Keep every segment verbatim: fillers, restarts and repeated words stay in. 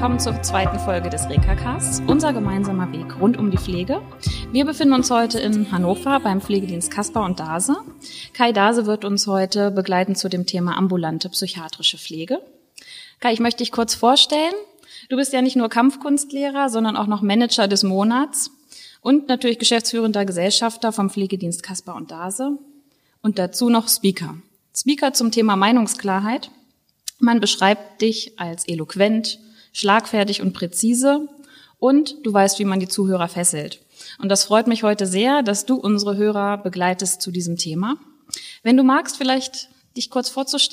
willkommen zur zweiten Folge des Reka-Casts, unser gemeinsamer Weg rund um die Pflege. Wir befinden uns heute in Hannover beim Pflegedienst Caspar und Dase. Kai Dase wird uns heute begleiten zu dem Thema ambulante psychiatrische Pflege. Kai, ich möchte dich kurz vorstellen. Du bist ja nicht nur Kampfkunstlehrer, sondern auch noch Manager des Monats und natürlich geschäftsführender Gesellschafter vom Pflegedienst Caspar und Dase und dazu noch Speaker. Speaker zum Thema Meinungsklarheit. Man beschreibt dich als eloquent, schlagfertig und präzise und du weißt, wie man die Zuhörer fesselt. Und das freut mich heute sehr, dass du unsere Hörer begleitest zu diesem Thema. Wenn du magst, vielleicht dich kurz vorzustellen.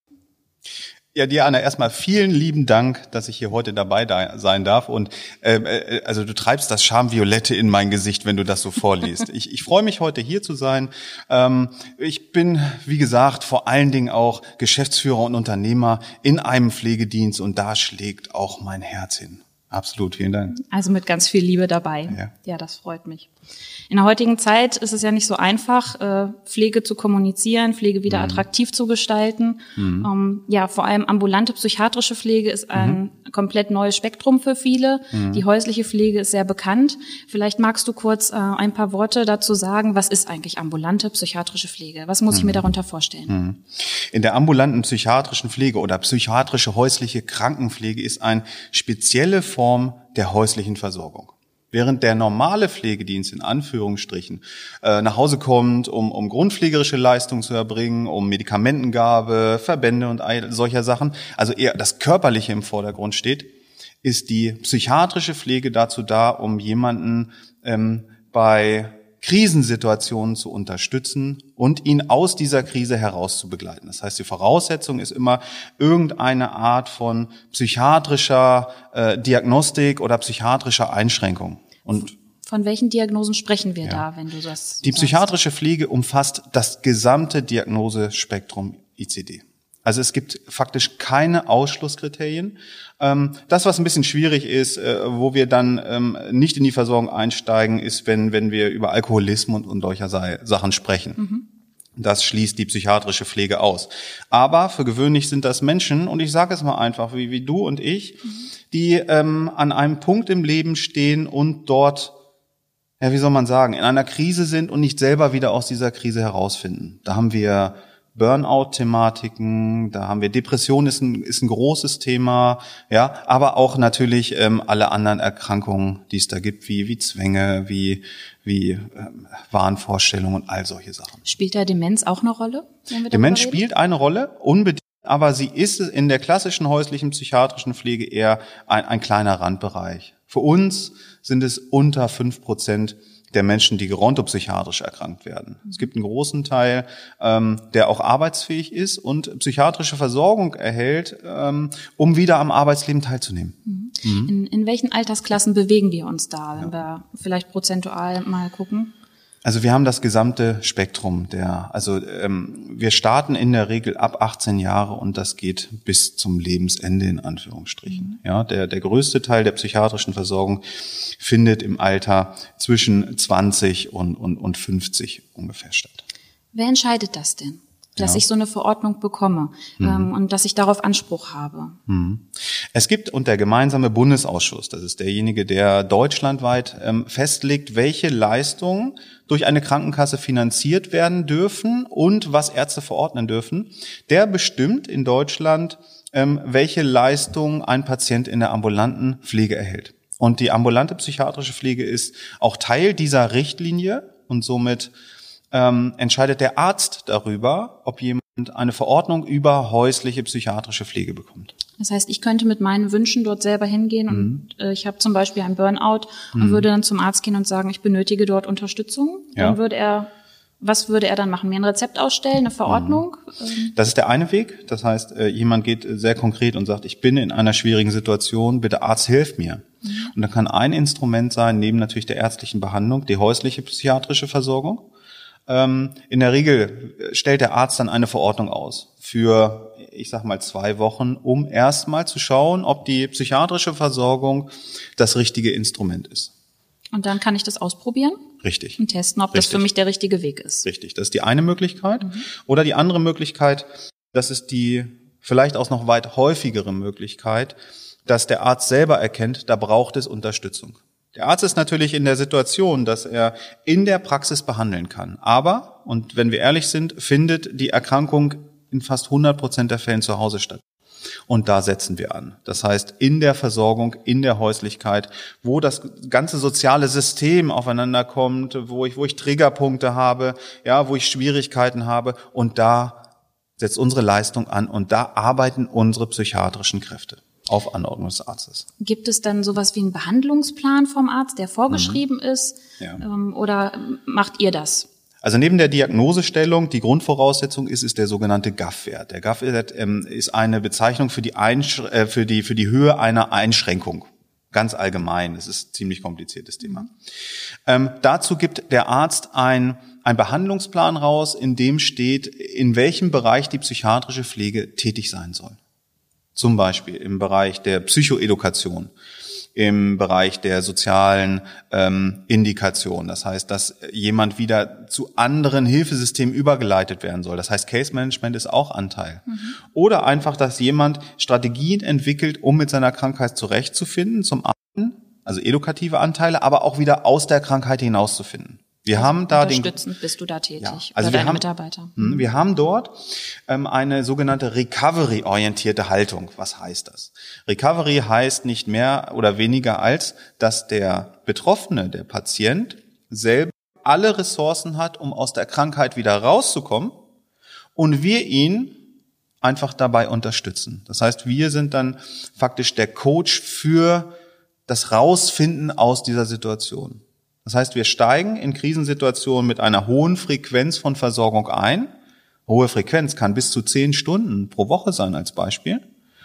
Ja, Diana, erstmal vielen lieben Dank, dass ich hier heute dabei da sein darf. Und äh, also du treibst das Schamviolette in mein Gesicht, wenn du das so vorliest. ich, ich freue mich, heute hier zu sein. Ähm, ich bin, wie gesagt, vor allen Dingen auch Geschäftsführer und Unternehmer in einem Pflegedienst und da schlägt auch mein Herz hin. Absolut, vielen Dank. Also mit ganz viel Liebe dabei. Ja, ja, das freut mich. In der heutigen Zeit ist es ja nicht so einfach, Pflege zu kommunizieren, Pflege wieder mhm. attraktiv zu gestalten. Mhm. Um, ja, vor allem ambulante psychiatrische Pflege ist ein mhm. komplett neues Spektrum für viele. Mhm. Die häusliche Pflege ist sehr bekannt. Vielleicht magst du kurz äh, ein paar Worte dazu sagen, was ist eigentlich ambulante psychiatrische Pflege? Was muss mhm. ich mir darunter vorstellen? Mhm. In der ambulanten psychiatrischen Pflege oder psychiatrische häusliche Krankenpflege ist eine spezielle Form der häuslichen Versorgung. Während der normale Pflegedienst in Anführungsstrichen äh, nach Hause kommt, um, um grundpflegerische Leistungen zu erbringen, um Medikamentengabe, Verbände und all solcher Sachen, also eher das Körperliche im Vordergrund steht, ist die psychiatrische Pflege dazu da, um jemanden ähm, bei Krisensituationen zu unterstützen und ihn aus dieser Krise heraus zu begleiten. Das heißt, die Voraussetzung ist immer irgendeine Art von psychiatrischer äh, Diagnostik oder psychiatrischer Einschränkung. Und von welchen Diagnosen sprechen wir ja. da, wenn du das so Die sagst? Psychiatrische Pflege umfasst das gesamte Diagnosespektrum I C D. Also es gibt faktisch keine Ausschlusskriterien. Das, was ein bisschen schwierig ist, wo wir dann nicht in die Versorgung einsteigen, ist, wenn wenn wir über Alkoholismus und solcher Sachen sprechen. Mhm. Das schließt die psychiatrische Pflege aus. Aber für gewöhnlich sind das Menschen, und ich sage es mal einfach, wie, wie du und ich, mhm. die ähm, an einem Punkt im Leben stehen und dort, ja, wie soll man sagen, in einer Krise sind und nicht selber wieder aus dieser Krise herausfinden. Da haben wir Burnout-Thematiken, da haben wir Depression ist ein, ist ein großes Thema, ja, aber auch natürlich ähm, alle anderen Erkrankungen, die es da gibt, wie wie Zwänge, wie wie ähm, Wahnvorstellungen und all solche Sachen. Spielt da Demenz auch eine Rolle? Wenn wir Demenz reden? spielt eine Rolle, unbedingt, aber sie ist in der klassischen häuslichen psychiatrischen Pflege eher ein, ein kleiner Randbereich. Für uns sind es unter fünf Prozent der Menschen, die gerontopsychiatrisch erkrankt werden. Es gibt einen großen Teil, ähm, der auch arbeitsfähig ist und psychiatrische Versorgung erhält, ähm, um wieder am Arbeitsleben teilzunehmen. Mhm. Mhm. In, in welchen Altersklassen bewegen wir uns da, wenn ja. wir vielleicht prozentual mal gucken? Also wir haben das gesamte Spektrum der, also ähm, wir starten in der Regel ab achtzehn Jahre und das geht bis zum Lebensende in Anführungsstrichen. Mhm. Ja, der der größte Teil der psychiatrischen Versorgung findet im Alter zwischen zwanzig und und und fünfzig ungefähr statt. Wer entscheidet das denn? Dass ja. ich so eine Verordnung bekomme mhm. ähm, und dass ich darauf Anspruch habe. Mhm. Es gibt und der gemeinsame Bundesausschuss, das ist derjenige, der deutschlandweit ähm, festlegt, welche Leistungen durch eine Krankenkasse finanziert werden dürfen und was Ärzte verordnen dürfen. Der bestimmt in Deutschland, ähm, welche Leistungen ein Patient in der ambulanten Pflege erhält. Und die ambulante psychiatrische Pflege ist auch Teil dieser Richtlinie und somit Ähm, entscheidet der Arzt darüber, ob jemand eine Verordnung über häusliche psychiatrische Pflege bekommt. Das heißt, ich könnte mit meinen Wünschen dort selber hingehen mhm. und äh, ich habe zum Beispiel einen Burnout mhm. und würde dann zum Arzt gehen und sagen, ich benötige dort Unterstützung. Ja. Dann würde er, was würde er dann machen? Mir ein Rezept ausstellen, eine Verordnung? Mhm. Das ist der eine Weg. Das heißt, äh, jemand geht sehr konkret und sagt, ich bin in einer schwierigen Situation, bitte Arzt, hilf mir. Mhm. Und dann kann ein Instrument sein, neben natürlich der ärztlichen Behandlung, die häusliche psychiatrische Versorgung. In der Regel stellt der Arzt dann eine Verordnung aus für, ich sag mal, zwei Wochen, um erstmal zu schauen, ob die psychiatrische Versorgung das richtige Instrument ist. Und dann kann ich das ausprobieren? Richtig. Und testen, ob Richtig. das für mich der richtige Weg ist. Richtig, das ist die eine Möglichkeit. Mhm. Oder die andere Möglichkeit, das ist die vielleicht auch noch weit häufigere Möglichkeit, dass der Arzt selber erkennt, da braucht es Unterstützung. Der Arzt ist natürlich in der Situation, dass er in der Praxis behandeln kann. Aber, und wenn wir ehrlich sind, findet die Erkrankung in fast hundert Prozent der Fällen zu Hause statt. Und da setzen wir an. Das heißt, in der Versorgung, in der Häuslichkeit, wo das ganze soziale System aufeinander kommt, wo ich, wo ich Triggerpunkte habe, ja, wo ich Schwierigkeiten habe. Und da setzt unsere Leistung an und da arbeiten unsere psychiatrischen Kräfte auf Anordnung des Arztes. Gibt es dann sowas wie einen Behandlungsplan vom Arzt, der vorgeschrieben mhm. ist? Ja. Ähm, oder macht ihr das? Also neben der Diagnosestellung, die Grundvoraussetzung ist, ist der sogenannte G A F-Wert. Der G A F-Wert ähm, ist eine Bezeichnung für die, Einsch- äh, für die für die Höhe einer Einschränkung. Ganz allgemein. Das ist ein ziemlich kompliziertes Thema. Mhm. Ähm, dazu gibt der Arzt ein ein Behandlungsplan raus, in dem steht, in welchem Bereich die psychiatrische Pflege tätig sein soll. Zum Beispiel im Bereich der Psychoedukation, im Bereich der sozialen ähm, Indikation. Das heißt, dass jemand wieder zu anderen Hilfesystemen übergeleitet werden soll. Das heißt, Case Management ist auch Anteil. Mhm. Oder einfach, dass jemand Strategien entwickelt, um mit seiner Krankheit zurechtzufinden, zum einen, also edukative Anteile, aber auch wieder aus der Krankheit hinauszufinden. Wir haben da den Unterstützend bist du da tätig, ja, also bei wir deinen haben, Mitarbeiter. Mh, wir haben dort ähm, eine sogenannte Recovery-orientierte Haltung. Was heißt das? Recovery heißt nicht mehr oder weniger als, dass der Betroffene, der Patient, selber alle Ressourcen hat, um aus der Krankheit wieder rauszukommen und wir ihn einfach dabei unterstützen. Das heißt, wir sind dann faktisch der Coach für das Rausfinden aus dieser Situation. Das heißt, wir steigen in Krisensituationen mit einer hohen Frequenz von Versorgung ein. Hohe Frequenz kann bis zu zehn Stunden pro Woche sein als Beispiel.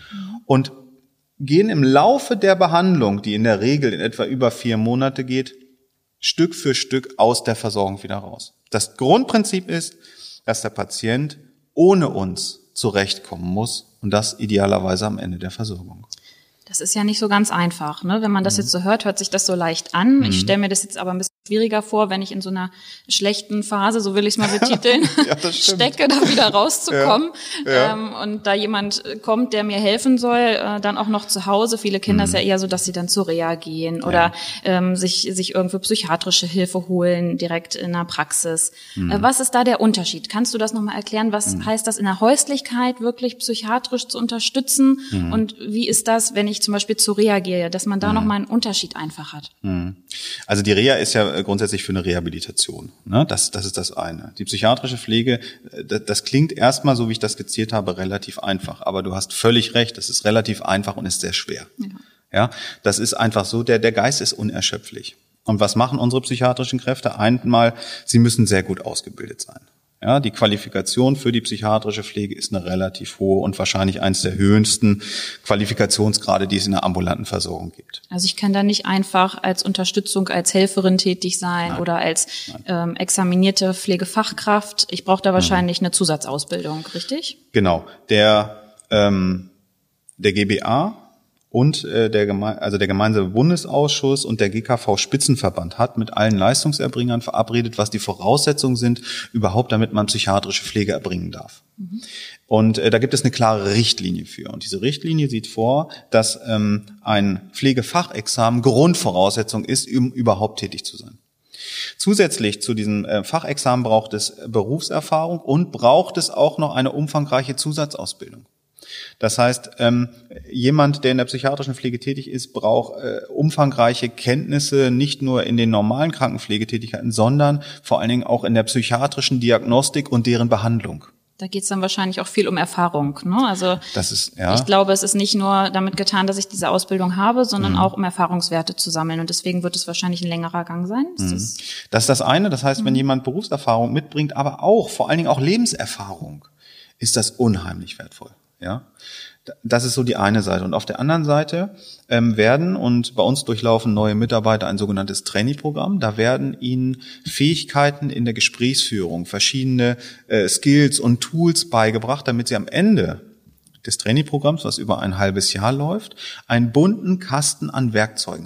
Und gehen im Laufe der Behandlung, die in der Regel in etwa über vier Monate geht, Stück für Stück aus der Versorgung wieder raus. Das Grundprinzip ist, dass der Patient ohne uns zurechtkommen muss und das idealerweise am Ende der Versorgung. Das ist ja nicht so ganz einfach, ne? Wenn man das jetzt so hört, hört sich das so leicht an. Mhm. Ich stelle mir das jetzt aber ein bisschen schwieriger vor, wenn ich in so einer schlechten Phase, so will ich es mal betiteln, ja, stecke, da wieder rauszukommen. Ja, ja. Ähm, und da jemand kommt, der mir helfen soll, äh, dann auch noch zu Hause. Viele Kinder mhm. ist ja eher so, dass sie dann zur Reha gehen oder ja. ähm, sich sich irgendwo psychiatrische Hilfe holen, direkt in der Praxis. Mhm. Äh, was ist da der Unterschied? Kannst du das nochmal erklären? Was mhm. heißt das in der Häuslichkeit wirklich psychiatrisch zu unterstützen? Mhm. Und wie ist das, wenn ich zum Beispiel zur Reha gehe, dass man da mhm. nochmal einen Unterschied einfach hat? Mhm. Also die Reha ist ja grundsätzlich für eine Rehabilitation. Ne? Das, das ist das eine. Die psychiatrische Pflege, das, das klingt erstmal, so wie ich das skizziert habe, relativ einfach. Aber du hast völlig recht, das ist relativ einfach und ist sehr schwer. Ja, ja, das ist einfach so, der, der Geist ist unerschöpflich. Und was machen unsere psychiatrischen Kräfte? Einmal, sie müssen sehr gut ausgebildet sein. Ja, die Qualifikation für die psychiatrische Pflege ist eine relativ hohe und wahrscheinlich eines der höchsten Qualifikationsgrade, die es in der ambulanten Versorgung gibt. Also ich kann da nicht einfach als Unterstützung, als Helferin tätig sein Nein. oder als ähm, examinierte Pflegefachkraft. Ich brauche da wahrscheinlich mhm. eine Zusatzausbildung, richtig? Genau. Der ähm, der G B A und äh, der Geme- also der gemeinsame Bundesausschuss und der G K V-Spitzenverband hat mit allen Leistungserbringern verabredet, was die Voraussetzungen sind, überhaupt damit man psychiatrische Pflege erbringen darf. Mhm. Und äh, da gibt es eine klare Richtlinie für. Und diese Richtlinie sieht vor, dass ähm, ein Pflegefachexamen Grundvoraussetzung ist, um überhaupt tätig zu sein. Zusätzlich zu diesem äh, Fachexamen braucht es Berufserfahrung und braucht es auch noch eine umfangreiche Zusatzausbildung. Das heißt, ähm, jemand, der in der psychiatrischen Pflege tätig ist, braucht äh, umfangreiche Kenntnisse, nicht nur in den normalen Krankenpflegetätigkeiten, sondern vor allen Dingen auch in der psychiatrischen Diagnostik und deren Behandlung. Da geht es dann wahrscheinlich auch viel um Erfahrung, ne? Also das ist, ja. ich glaube, es ist nicht nur damit getan, dass ich diese Ausbildung habe, sondern mhm. auch um Erfahrungswerte zu sammeln. Und deswegen wird es wahrscheinlich ein längerer Gang sein. Ist mhm. das, das ist das eine. Das heißt, mhm. wenn jemand Berufserfahrung mitbringt, aber auch, vor allen Dingen auch Lebenserfahrung, ist das unheimlich wertvoll. Ja, das ist so die eine Seite. Und auf der anderen Seite ähm, werden, und bei uns durchlaufen neue Mitarbeiter ein sogenanntes Trainee-Programm, da werden ihnen Fähigkeiten in der Gesprächsführung, verschiedene äh, Skills und Tools beigebracht, damit sie am Ende des Trainee-Programms, was über ein halbes Jahr läuft, einen bunten Kasten an Werkzeugen hat.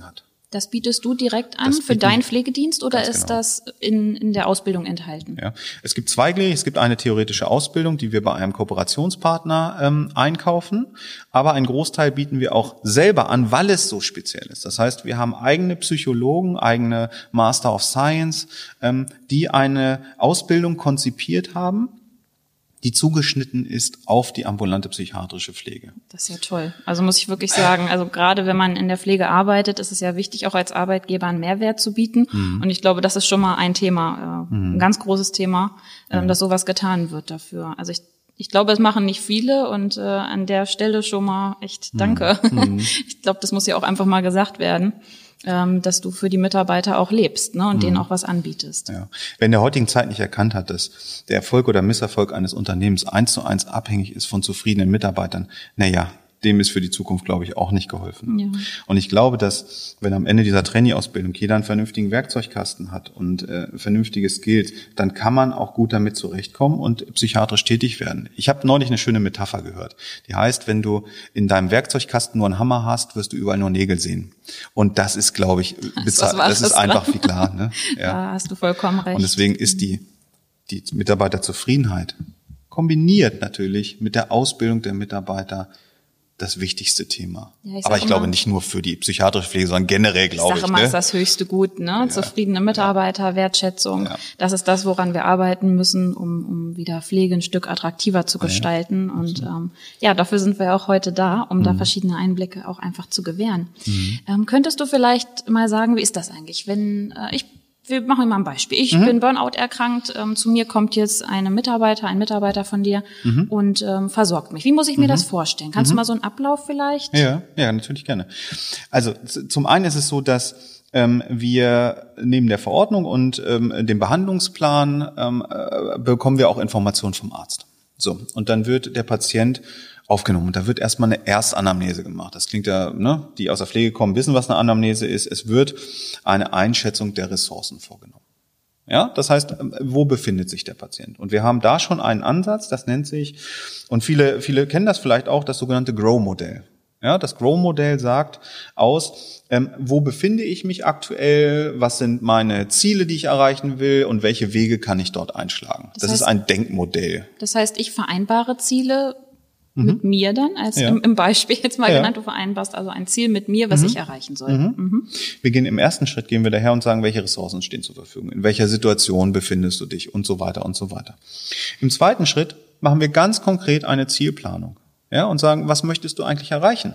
Das bietest du direkt an für deinen Pflegedienst oder ist genau. das in, in der Ausbildung enthalten? Ja, es gibt zweigleisig. Es gibt eine theoretische Ausbildung, die wir bei einem Kooperationspartner ähm, einkaufen, aber einen Großteil bieten wir auch selber an, weil es so speziell ist. Das heißt, wir haben eigene Psychologen, eigene Master of Science, ähm, die eine Ausbildung konzipiert haben, die zugeschnitten ist auf die ambulante psychiatrische Pflege. Das ist ja toll. Also muss ich wirklich sagen, also gerade wenn man in der Pflege arbeitet, ist es ja wichtig, auch als Arbeitgeber einen Mehrwert zu bieten. Mhm. Und ich glaube, das ist schon mal ein Thema, äh, mhm. ein ganz großes Thema, äh, mhm. dass sowas getan wird dafür. Also ich Ich glaube, es machen nicht viele und äh, an der Stelle schon mal echt danke. Mhm. Ich glaube, das muss ja auch einfach mal gesagt werden, ähm, dass du für die Mitarbeiter auch lebst, ne, und mhm. denen auch was anbietest. Ja. Wer in der heutigen Zeit nicht erkannt hat, dass der Erfolg oder Misserfolg eines Unternehmens eins zu eins abhängig ist von zufriedenen Mitarbeitern, naja, dem ist für die Zukunft, glaube ich, auch nicht geholfen. Ja. Und ich glaube, dass, wenn am Ende dieser Trainee-Ausbildung jeder einen vernünftigen Werkzeugkasten hat und äh, vernünftige Skills, dann kann man auch gut damit zurechtkommen und psychiatrisch tätig werden. Ich habe neulich eine schöne Metapher gehört. Die heißt, wenn du in deinem Werkzeugkasten nur einen Hammer hast, wirst du überall nur Nägel sehen. Und das ist, glaube ich, bezahlt. Das ist einfach wie klar. Ne? Ja. Da hast du vollkommen recht. Und deswegen ist die, die Mitarbeiterzufriedenheit kombiniert natürlich mit der Ausbildung der Mitarbeiter das wichtigste Thema. Ja, ich Aber ich immer, glaube nicht nur für die psychiatrische Pflege, sondern generell, glaube ich. Ich sage immer, ne? ist das höchste Gut, ne? Ja. Zufriedene Mitarbeiter, Wertschätzung. Ja. Das ist das, woran wir arbeiten müssen, um, um wieder Pflege ein Stück attraktiver zu gestalten. Ja. Und ähm, ja, dafür sind wir auch heute da, um mhm. da verschiedene Einblicke auch einfach zu gewähren. Mhm. Ähm, könntest du vielleicht mal sagen, wie ist das eigentlich, wenn äh, ich Wir machen mal ein Beispiel. Ich mhm. bin Burnout erkrankt. Ähm, zu mir kommt jetzt eine Mitarbeiter, ein Mitarbeiter von dir mhm. und ähm, versorgt mich. Wie muss ich mir mhm. das vorstellen? Kannst mhm. du mal so einen Ablauf vielleicht? Ja, ja, natürlich gerne. Also z- zum einen ist es so, dass ähm, wir neben der Verordnung und ähm, dem Behandlungsplan ähm, äh, bekommen wir auch Informationen vom Arzt. So, und dann wird der Patient aufgenommen. Und da wird erstmal eine Erstanamnese gemacht. Das klingt ja, ne, die aus der Pflege kommen, wissen, was eine Anamnese ist. Es wird eine Einschätzung der Ressourcen vorgenommen. Ja, das heißt, wo befindet sich der Patient? Und wir haben da schon einen Ansatz, das nennt sich, und viele, viele kennen das vielleicht auch, das sogenannte GROW-Modell. Ja, das GROW-Modell sagt aus, ähm, wo befinde ich mich aktuell, was sind meine Ziele, die ich erreichen will und welche Wege kann ich dort einschlagen. Das, das heißt, ist ein Denkmodell. Das heißt, ich vereinbare Ziele mit mhm. mir dann, als ja. im, im Beispiel jetzt mal ja. genannt, du vereinbarst also ein Ziel mit mir, was mhm. ich erreichen soll. Mhm. Mhm. Wir gehen im ersten Schritt, gehen wir daher und sagen, welche Ressourcen stehen zur Verfügung, in welcher Situation befindest du dich und so weiter und so weiter. Im zweiten Schritt machen wir ganz konkret eine Zielplanung, ja, und sagen, was möchtest du eigentlich erreichen?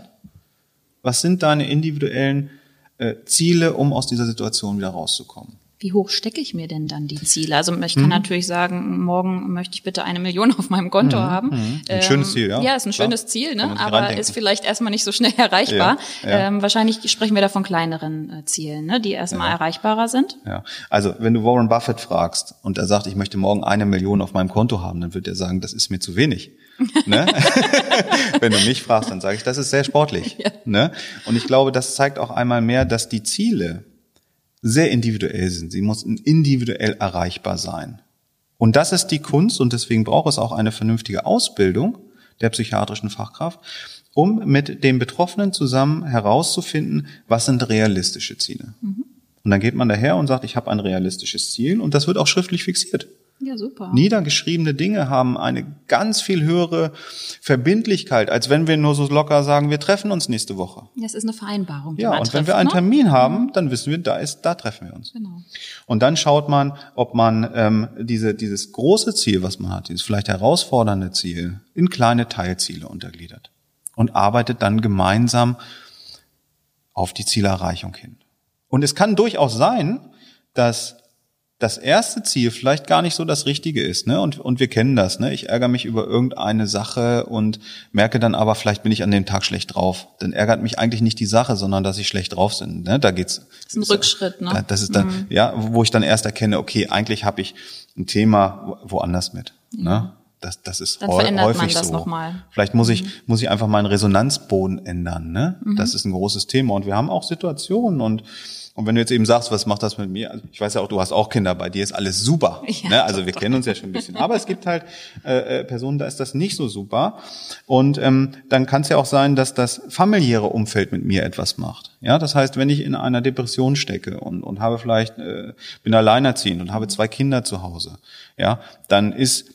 Was sind deine individuellen äh, Ziele, um aus dieser Situation wieder rauszukommen? Wie hoch stecke ich mir denn dann die Ziele? Also ich kann mhm. natürlich sagen, morgen möchte ich bitte eine Million auf meinem Konto mhm. haben. Mhm. Ein ähm, schönes Ziel, ja. Ja, ist ein schönes ja. Ziel, ne? Aber ist vielleicht erstmal nicht so schnell erreichbar. Ja. Ja. Ähm, wahrscheinlich sprechen wir da von kleineren äh, Zielen, ne? Die erstmal ja. erreichbarer sind. Ja. Also wenn du Warren Buffett fragst und er sagt, ich möchte morgen eine Million auf meinem Konto haben, dann wird er sagen, das ist mir zu wenig. Ne? Wenn du mich fragst, dann sage ich, das ist sehr sportlich. Ja. Ne? Und ich glaube, das zeigt auch einmal mehr, dass die Ziele sehr individuell sind. Sie müssen individuell erreichbar sein. Und das ist die Kunst und deswegen braucht es auch eine vernünftige Ausbildung der psychiatrischen Fachkraft, um mit dem Betroffenen zusammen herauszufinden, was sind realistische Ziele. Mhm. Und dann geht man daher und sagt, ich habe ein realistisches Ziel und das wird auch schriftlich fixiert. Ja, super. Niedergeschriebene Dinge haben eine ganz viel höhere Verbindlichkeit, als wenn wir nur so locker sagen, wir treffen uns nächste Woche. Ja, es ist eine Vereinbarung. Die ja, man und trifft, wenn wir einen ne? Termin haben, dann wissen wir, da ist, da treffen wir uns. Genau. Und dann schaut man, ob man ähm, diese dieses große Ziel, was man hat, dieses vielleicht herausfordernde Ziel, in kleine Teilziele untergliedert und arbeitet dann gemeinsam auf die Zielerreichung hin. Und es kann durchaus sein, dass das erste Ziel vielleicht gar nicht so das Richtige ist, ne? Und, und wir kennen das, ne? Ich ärgere mich über irgendeine Sache und merke dann aber, vielleicht bin ich an dem Tag schlecht drauf. Dann ärgert mich eigentlich nicht die Sache, sondern dass ich schlecht drauf bin, ne? Da geht's. Das ist ein Rückschritt, ne? Das ist dann, mhm. ja, wo ich dann erst erkenne, okay, eigentlich habe ich ein Thema woanders mit, ja. ne? Das, das ist Dann häu- verändert häufig man das so. noch mal. Vielleicht muss ich, muss ich einfach meinen Resonanzboden ändern, ne? Mhm. Das ist ein großes Thema. Und wir haben auch Situationen und, und wenn du jetzt eben sagst, was macht das mit mir? Also ich weiß ja auch, du hast auch Kinder, bei dir ist alles super. Ja, ne? Also wir kennen uns ja schon ein bisschen. Aber es gibt halt äh, äh, Personen, da ist das nicht so super. Und ähm, dann kann es ja auch sein, dass das familiäre Umfeld mit mir etwas macht. Ja, das heißt, wenn ich in einer Depression stecke und, und habe vielleicht, äh, bin alleinerziehend und habe zwei Kinder zu Hause, ja, dann ist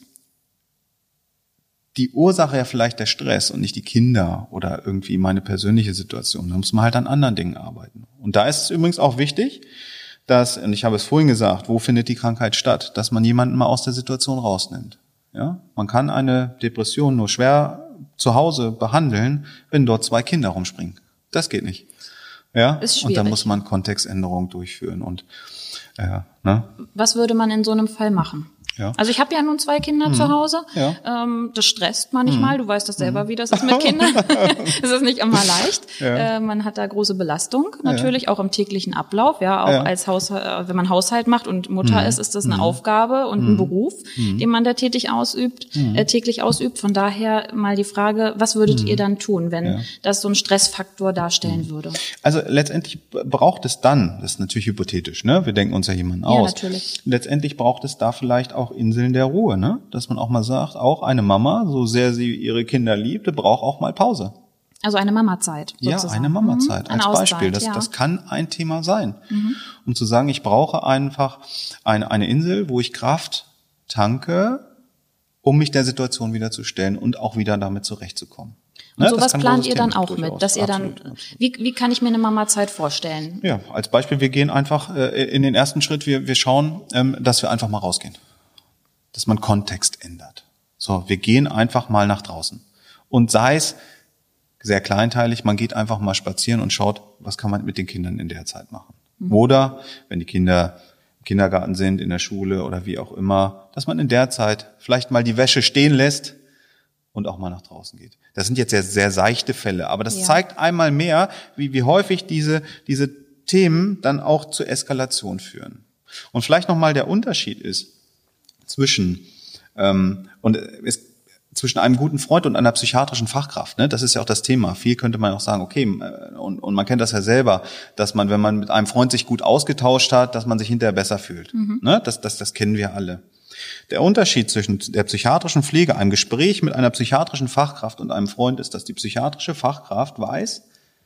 die Ursache ja vielleicht der Stress und nicht die Kinder oder irgendwie meine persönliche Situation. Da muss man halt an anderen Dingen arbeiten. Und da ist es übrigens auch wichtig, dass, und ich habe es vorhin gesagt, wo findet die Krankheit statt, dass man jemanden mal aus der Situation rausnimmt. Ja, man kann eine Depression nur schwer zu Hause behandeln, wenn dort zwei Kinder rumspringen. Das geht nicht. Ja, ist schwierig. Und da muss man Kontextänderungen durchführen und ja, ne? Was würde man in so einem Fall machen? Ja. Also ich habe ja nun zwei Kinder mhm. zu Hause. Ja. Ähm, das stresst manchmal. Mhm. Du weißt das selber, wie das ist mit Kindern. Es ist nicht immer leicht. Ja. Äh, man hat da große Belastung natürlich, ja. auch im täglichen Ablauf. Ja, auch ja. als Haushalt, wenn man Haushalt macht und Mutter mhm. ist, ist das eine mhm. Aufgabe und mhm. ein Beruf, mhm. den man da tätig ausübt, mhm. äh, täglich ausübt. Von daher mal die Frage, was würdet mhm. ihr dann tun, wenn ja. das so einen Stressfaktor darstellen mhm. würde? Also letztendlich braucht es dann, das ist natürlich hypothetisch, ne? Wir denken uns ja jemanden ja, aus. Natürlich. Letztendlich braucht es da vielleicht auch Inseln der Ruhe, ne? Dass man auch mal sagt, auch eine Mama, so sehr sie ihre Kinder liebt, braucht auch mal Pause. Also eine Mamazeit. Ja, eine Mamazeit mhm. als Auszeit, Beispiel. Das, ja. das kann ein Thema sein. Mhm. Um zu sagen, ich brauche einfach eine, eine Insel, wo ich Kraft tanke, um mich der Situation wieder zu stellen und auch wieder damit zurechtzukommen. Und ne, sowas plant ihr dann auch mit, dass ihr dann, absolut, absolut. Wie, wie kann ich mir eine Mamazeit vorstellen? Ja, als Beispiel, wir gehen einfach äh, in den ersten Schritt, wir, wir schauen, ähm, dass wir einfach mal rausgehen. Dass man Kontext ändert. So, wir gehen einfach mal nach draußen. Und sei es sehr kleinteilig, man geht einfach mal spazieren und schaut, was kann man mit den Kindern in der Zeit machen. Mhm. Oder, wenn die Kinder im Kindergarten sind, in der Schule oder wie auch immer, dass man in der Zeit vielleicht mal die Wäsche stehen lässt und auch mal nach draußen geht. Das sind jetzt sehr, sehr seichte Fälle, aber das ja. zeigt einmal mehr, wie, wie häufig diese, diese Themen dann auch zur Eskalation führen. Und vielleicht nochmal der Unterschied ist zwischen, ähm, und es, zwischen einem guten Freund und einer psychiatrischen Fachkraft, ne? Das ist ja auch das Thema. Viel könnte man auch sagen, okay, und, und man kennt das ja selber, dass man, wenn man mit einem Freund sich gut ausgetauscht hat, dass man sich hinterher besser fühlt. Mhm. Ne? Das, das, das kennen wir alle. Der Unterschied zwischen der psychiatrischen Pflege, einem Gespräch mit einer psychiatrischen Fachkraft und einem Freund ist, dass die psychiatrische Fachkraft weiß,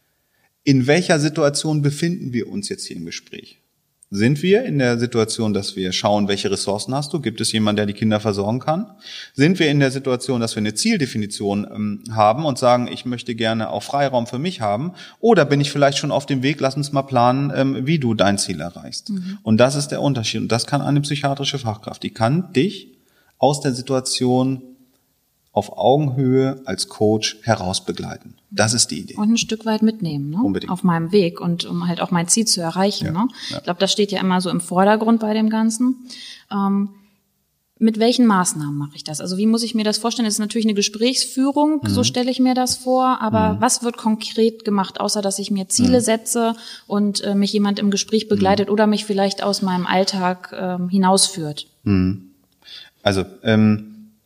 in welcher Situation befinden wir uns jetzt hier im Gespräch. Sind wir in der Situation, dass wir schauen, welche Ressourcen hast du? Gibt es jemanden, der die Kinder versorgen kann? Sind wir in der Situation, dass wir eine Zieldefinition ähm, haben und sagen, ich möchte gerne auch Freiraum für mich haben? Oder bin ich vielleicht schon auf dem Weg, lass uns mal planen, ähm, wie du dein Ziel erreichst? Mhm. Und das ist der Unterschied. Und das kann eine psychiatrische Fachkraft. Die kann dich aus der Situation auf Augenhöhe als Coach herausbegleiten. Das ist die Idee. Und ein Stück weit mitnehmen, ne? Unbedingt. Auf meinem Weg und um halt auch mein Ziel zu erreichen. Ja, ne? ja. Ich glaube, das steht ja immer so im Vordergrund bei dem Ganzen. Ähm, mit welchen Maßnahmen mache ich das? Also wie muss ich mir das vorstellen? Das ist natürlich eine Gesprächsführung, mhm. so stelle ich mir das vor. Aber mhm. was wird konkret gemacht, außer dass ich mir Ziele mhm. setze und äh, mich jemand im Gespräch begleitet mhm. oder mich vielleicht aus meinem Alltag ähm, hinausführt? Mhm. Also ähm,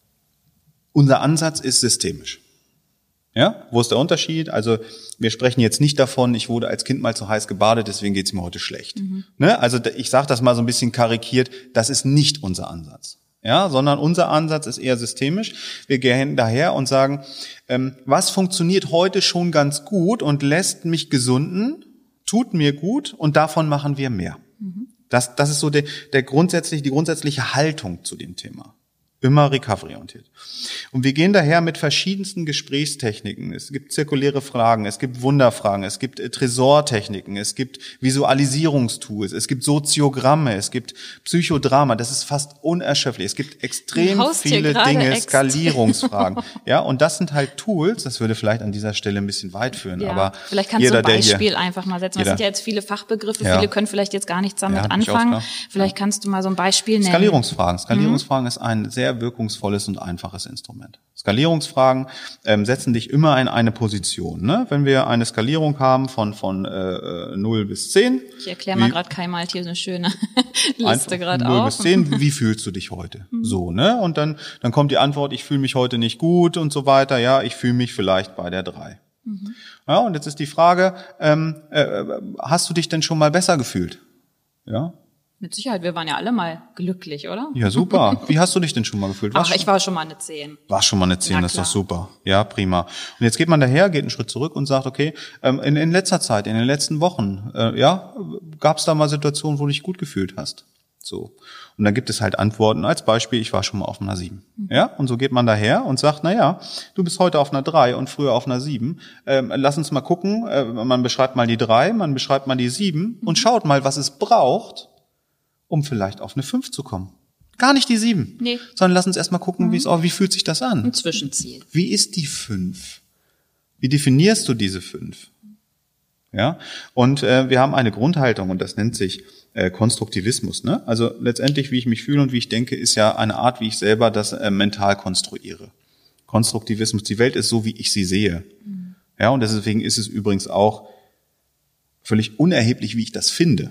unser Ansatz ist systemisch. Ja, wo ist der Unterschied? Also wir sprechen jetzt nicht davon, ich wurde als Kind mal zu heiß gebadet, deswegen geht's mir heute schlecht. Mhm. Ne? Also ich sage das mal so ein bisschen karikiert, das ist nicht unser Ansatz. Ja, sondern unser Ansatz ist eher systemisch. Wir gehen daher und sagen, ähm, was funktioniert heute schon ganz gut und lässt mich gesunden, tut mir gut und davon machen wir mehr. Mhm. Das, das ist so der, der grundsätzliche, die grundsätzliche Haltung zu dem Thema. Immer recovery-orientiert. Und wir gehen daher mit verschiedensten Gesprächstechniken. Es gibt zirkuläre Fragen, es gibt Wunderfragen, es gibt äh, Tresortechniken, es gibt Visualisierungstools, es gibt Soziogramme, es gibt Psychodrama. Das ist fast unerschöpflich. Es gibt extrem viele Dinge, Ext. Skalierungsfragen. Ja, und das sind halt Tools, das würde vielleicht an dieser Stelle ein bisschen weit führen. Ja, aber vielleicht kannst jeder, du ein Beispiel hier, einfach mal setzen. Das sind ja jetzt viele Fachbegriffe, ja. viele können vielleicht jetzt gar nichts damit ja, anfangen. Vielleicht kannst du mal so ein Beispiel nennen. Skalierungsfragen. Skalierungsfragen mhm. ist ein sehr sehr wirkungsvolles und einfaches Instrument. Skalierungsfragen ähm, setzen dich immer in eine Position. Ne? Wenn wir eine Skalierung haben von von äh, null bis zehn. Ich erkläre mal gerade Kai malt hier eine schöne Liste gerade auf. null bis zehn, wie fühlst du dich heute? Mhm. So, ne? Und dann dann kommt die Antwort, ich fühle mich heute nicht gut und so weiter. Ja, ich fühle mich vielleicht bei der drei. Mhm. Ja, und jetzt ist die Frage, ähm, äh, hast du dich denn schon mal besser gefühlt? Ja? Mit Sicherheit, wir waren ja alle mal glücklich, oder? Ja, super. Wie hast du dich denn schon mal gefühlt? Ach, ich war schon mal eine zehn. War schon mal eine zehn, das ist doch super. Ja, prima. Und jetzt geht man daher, geht einen Schritt zurück und sagt, okay, ähm, in, in letzter Zeit, in den letzten Wochen, äh, ja, gab es da mal Situationen, wo du dich gut gefühlt hast? So. Und dann gibt es halt Antworten. Als Beispiel, ich war schon mal auf einer sieben. Mhm. Ja, und so geht man daher und sagt, na ja, du bist heute auf einer drei und früher auf einer sieben. Ähm, lass uns mal gucken. Äh, man beschreibt mal die drei, man beschreibt mal die sieben mhm. und schaut mal, was es braucht, um vielleicht auf eine fünf zu kommen. Gar nicht die sieben. Nee. Sondern lass uns erstmal gucken, mhm. wie es auch, wie fühlt sich das an? Ein Zwischenziel. Wie ist die fünf? Wie definierst du diese fünf? Ja? Und äh, wir haben eine Grundhaltung und das nennt sich äh, Konstruktivismus, ne? Also letztendlich, wie ich mich fühle und wie ich denke, ist ja eine Art, wie ich selber das äh, mental konstruiere. Konstruktivismus, die Welt ist so, wie ich sie sehe. Mhm. Ja, und deswegen ist es übrigens auch völlig unerheblich, wie ich das finde.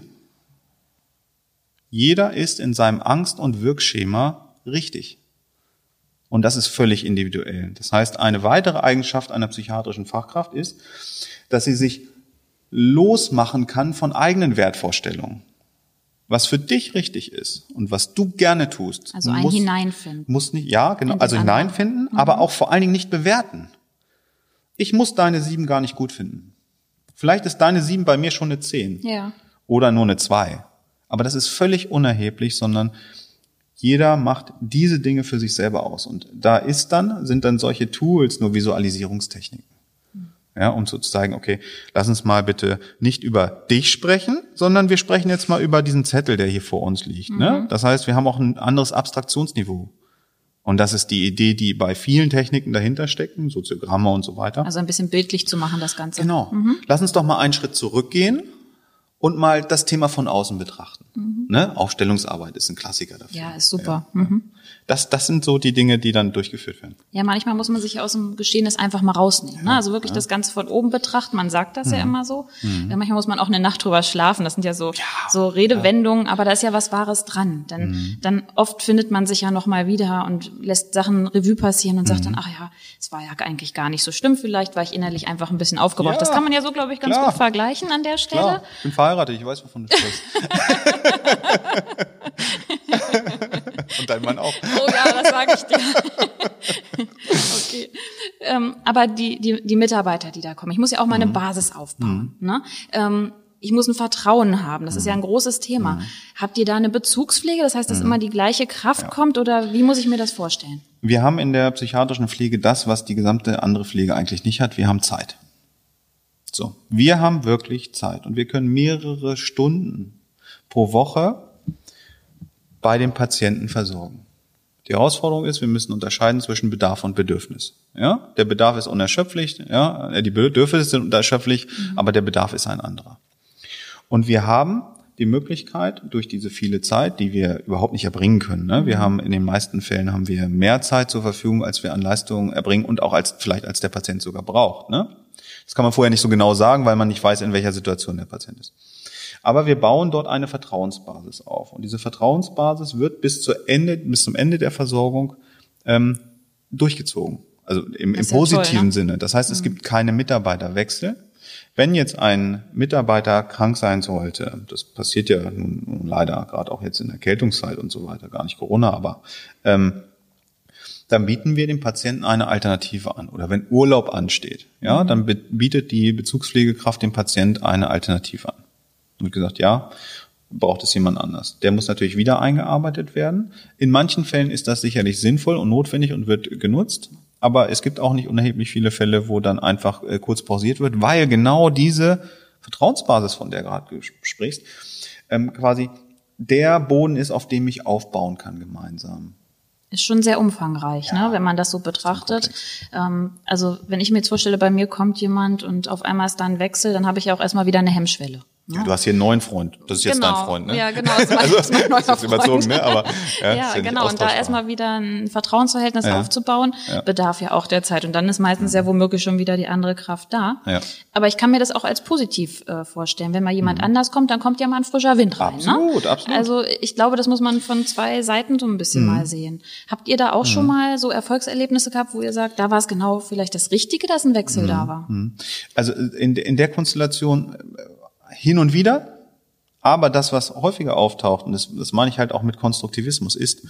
Jeder ist in seinem Angst- und Wirkschema richtig. Und das ist völlig individuell. Das heißt, eine weitere Eigenschaft einer psychiatrischen Fachkraft ist, dass sie sich losmachen kann von eigenen Wertvorstellungen. Was für dich richtig ist und was du gerne tust. Also ein muss, Hineinfinden. Muss nicht, ja, genau, also hineinfinden, mhm. aber auch vor allen Dingen nicht bewerten. Ich muss deine sieben gar nicht gut finden. Vielleicht ist deine sieben bei mir schon eine zehn. Ja. Oder nur eine zwei. Aber das ist völlig unerheblich, sondern jeder macht diese Dinge für sich selber aus. Und da ist dann, sind dann solche Tools nur Visualisierungstechniken. Ja, um so zu zeigen, okay, lass uns mal bitte nicht über dich sprechen, sondern wir sprechen jetzt mal über diesen Zettel, der hier vor uns liegt. Mhm. Ne? Das heißt, wir haben auch ein anderes Abstraktionsniveau. Und das ist die Idee, die bei vielen Techniken dahinter stecken, Soziogramme und so weiter. Also ein bisschen bildlich zu machen, das Ganze. Genau. Mhm. Lass uns doch mal einen Schritt zurückgehen und mal das Thema von außen betrachten. Mhm. Ne? Aufstellungsarbeit ist ein Klassiker dafür. Ja, ist super. Ja. Mhm. Das, das sind so die Dinge, die dann durchgeführt werden. Ja, manchmal muss man sich aus dem Geschehnis einfach mal rausnehmen. Ja, ne? Also wirklich ja. das Ganze von oben betrachten. Man sagt das mhm. ja immer so. Mhm. Ja, manchmal muss man auch eine Nacht drüber schlafen. Das sind ja so, ja, so Redewendungen, ja. aber da ist ja was Wahres dran. Denn mhm. dann oft findet man sich ja noch mal wieder und lässt Sachen Revue passieren und mhm. sagt dann, ach ja, es war ja eigentlich gar nicht so schlimm. Vielleicht war ich innerlich einfach ein bisschen aufgebracht. Ja, das kann man ja so, glaube ich, ganz klar. gut vergleichen an der Stelle. Klar. Ich bin verheiratet, ich weiß, wovon du sprichst. Und dein Mann auch. Oh ja, das sage ich dir. Okay. Ähm, aber die, die, die Mitarbeiter, die da kommen, ich muss ja auch mal eine mhm. Basis aufbauen. Mhm. Ne? Ähm, ich muss ein Vertrauen haben. Das mhm. ist ja ein großes Thema. Mhm. Habt ihr da eine Bezugspflege? Das heißt, dass mhm. immer die gleiche Kraft ja. kommt? Oder wie muss ich mir das vorstellen? Wir haben in der psychiatrischen Pflege das, was die gesamte andere Pflege eigentlich nicht hat. Wir haben Zeit. So, wir haben wirklich Zeit. Und wir können mehrere Stunden pro Woche bei dem Patienten versorgen. Die Herausforderung ist, wir müssen unterscheiden zwischen Bedarf und Bedürfnis. Ja, der Bedarf ist unerschöpflich, ja, die Bedürfnisse sind unerschöpflich, mhm. aber der Bedarf ist ein anderer. Und wir haben die Möglichkeit, durch diese viele Zeit, die wir überhaupt nicht erbringen können, ne? Wir haben in den meisten Fällen haben wir mehr Zeit zur Verfügung, als wir an Leistungen erbringen und auch als vielleicht als der Patient sogar braucht. Ne? Das kann man vorher nicht so genau sagen, weil man nicht weiß, in welcher Situation der Patient ist. Aber wir bauen dort eine Vertrauensbasis auf. Und diese Vertrauensbasis wird bis zu Ende, bis zum Ende der Versorgung ähm, durchgezogen. Also im, im positiven toll, ne? Sinne. Das heißt, es mhm. gibt keine Mitarbeiterwechsel. Wenn jetzt ein Mitarbeiter krank sein sollte, das passiert ja nun, nun leider gerade auch jetzt in der Erkältungszeit und so weiter, gar nicht Corona, aber ähm, dann bieten wir dem Patienten eine Alternative an. Oder wenn Urlaub ansteht, ja, mhm. dann bietet die Bezugspflegekraft dem Patient eine Alternative an. Und gesagt, ja, braucht es jemand anders. Der muss natürlich wieder eingearbeitet werden. In manchen Fällen ist das sicherlich sinnvoll und notwendig und wird genutzt. Aber es gibt auch nicht unerheblich viele Fälle, wo dann einfach äh, kurz pausiert wird, weil genau diese Vertrauensbasis, von der du gerade sprichst, ähm, quasi der Boden ist, auf dem ich aufbauen kann gemeinsam. Ist schon sehr umfangreich, ja, ne, wenn man das so betrachtet. Ähm, also wenn ich mir jetzt vorstelle, bei mir kommt jemand und auf einmal ist da ein Wechsel, dann habe ich ja auch erstmal wieder eine Hemmschwelle. Ja, du hast hier einen neuen Freund. Das ist jetzt genau. dein Freund, ne? Ja, genau. Das ist mein, das ist mein neuer das ist überzogen, ne? Aber ja, ja, ja genau. Und da erstmal wieder ein Vertrauensverhältnis ja. aufzubauen, ja. bedarf ja auch der Zeit. Und dann ist meistens mhm. ja womöglich schon wieder die andere Kraft da. Ja. Aber ich kann mir das auch als positiv äh, vorstellen. Wenn mal jemand mhm. anders kommt, dann kommt ja mal ein frischer Wind rein. Absolut, ne? absolut. Also ich glaube, das muss man von zwei Seiten so ein bisschen mhm. mal sehen. Habt ihr da auch mhm. schon mal so Erfolgserlebnisse gehabt, wo ihr sagt, da war es genau vielleicht das Richtige, dass ein Wechsel mhm. da war? Also in, in der Konstellation hin und wieder. Aber das, was häufiger auftaucht, und das, das meine ich halt auch mit Konstruktivismus, ist,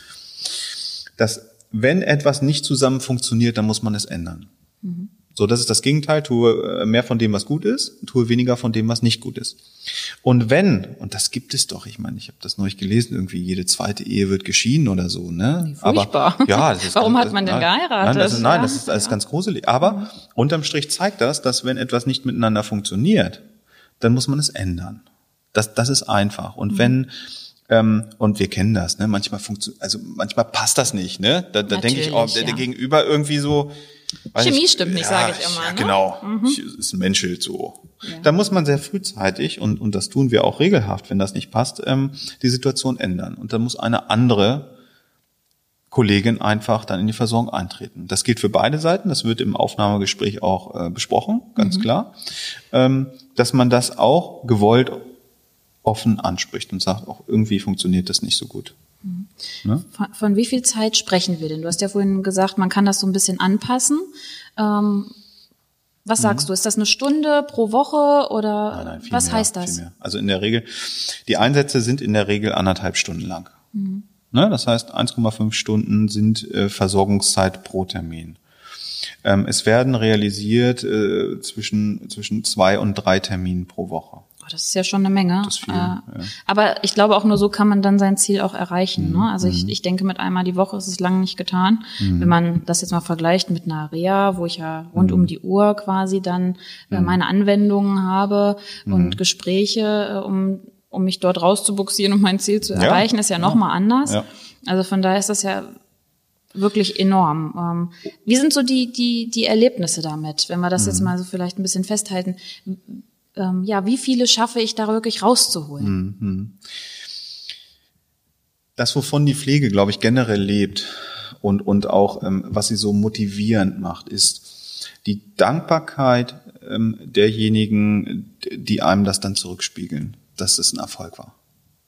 dass wenn etwas nicht zusammen funktioniert, dann muss man es ändern. Mhm. So, das ist das Gegenteil. Tue mehr von dem, was gut ist, tue weniger von dem, was nicht gut ist. Und wenn, und das gibt es doch, ich meine, ich habe das neulich gelesen, irgendwie jede zweite Ehe wird geschieden oder so, ne? Wie furchtbar. Aber, ja, das ist, Warum das, hat man das, denn geheiratet? Nein, das ist, nein, das ist alles ja. ganz gruselig. Aber mhm. unterm Strich zeigt das, dass wenn etwas nicht miteinander funktioniert, dann muss man es ändern. Das, das ist einfach. Und mhm. wenn, ähm, und wir kennen das, ne, manchmal funktioniert, also manchmal passt das nicht, ne? Da, da denke ich auch, der, der ja. Gegenüber irgendwie so. Chemie ich, stimmt nicht, ja, sage ich immer. Ja, ne? genau. Mhm. Ich, ist ein Menschelt so. Ja. Da muss man sehr frühzeitig, und, und das tun wir auch regelhaft, wenn das nicht passt, ähm, die Situation ändern. Und dann muss eine andere Kollegin einfach dann in die Versorgung eintreten. Das gilt für beide Seiten, das wird im Aufnahmegespräch auch äh, besprochen, ganz mhm. klar, ähm, dass man das auch gewollt offen anspricht und sagt, auch irgendwie funktioniert das nicht so gut. Mhm. Ne? Von, von wie viel Zeit sprechen wir denn? Du hast ja vorhin gesagt, man kann das so ein bisschen anpassen. Ähm, was sagst mhm. du? Ist das eine Stunde pro Woche oder nein, nein, viel was mehr, heißt das? Viel mehr. Also in der Regel, die Einsätze sind in der Regel anderthalb Stunden lang. Mhm. Ne? Das heißt, eins Komma fünf Stunden sind äh, Versorgungszeit pro Termin. Ähm, es werden realisiert äh, zwischen, zwischen zwei und drei Terminen pro Woche. Das ist ja schon eine Menge. Das ist viel, äh, ja. Aber ich glaube, auch nur so kann man dann sein Ziel auch erreichen. Mhm. Ne? Also ich, ich denke, mit einmal die Woche ist es lange nicht getan. Mhm. Wenn man das jetzt mal vergleicht mit einer Reha, wo ich ja rund mhm. um die Uhr quasi dann äh, meine Anwendungen habe mhm. und Gespräche, äh, um, um mich dort rauszubuxieren, um mein Ziel zu erreichen, ja. ist ja, ja. nochmal anders. Ja. Also von daher ist das ja wirklich enorm. Ähm, wie sind so die, die, die Erlebnisse damit, wenn wir das mhm. jetzt mal so vielleicht ein bisschen festhalten? Ähm, ja, wie viele schaffe ich da wirklich rauszuholen? Mhm. Das, wovon die Pflege, glaube ich, generell lebt und, und auch, ähm, was sie so motivierend macht, ist die Dankbarkeit ähm, derjenigen, die einem das dann zurückspiegeln, dass es ein Erfolg war.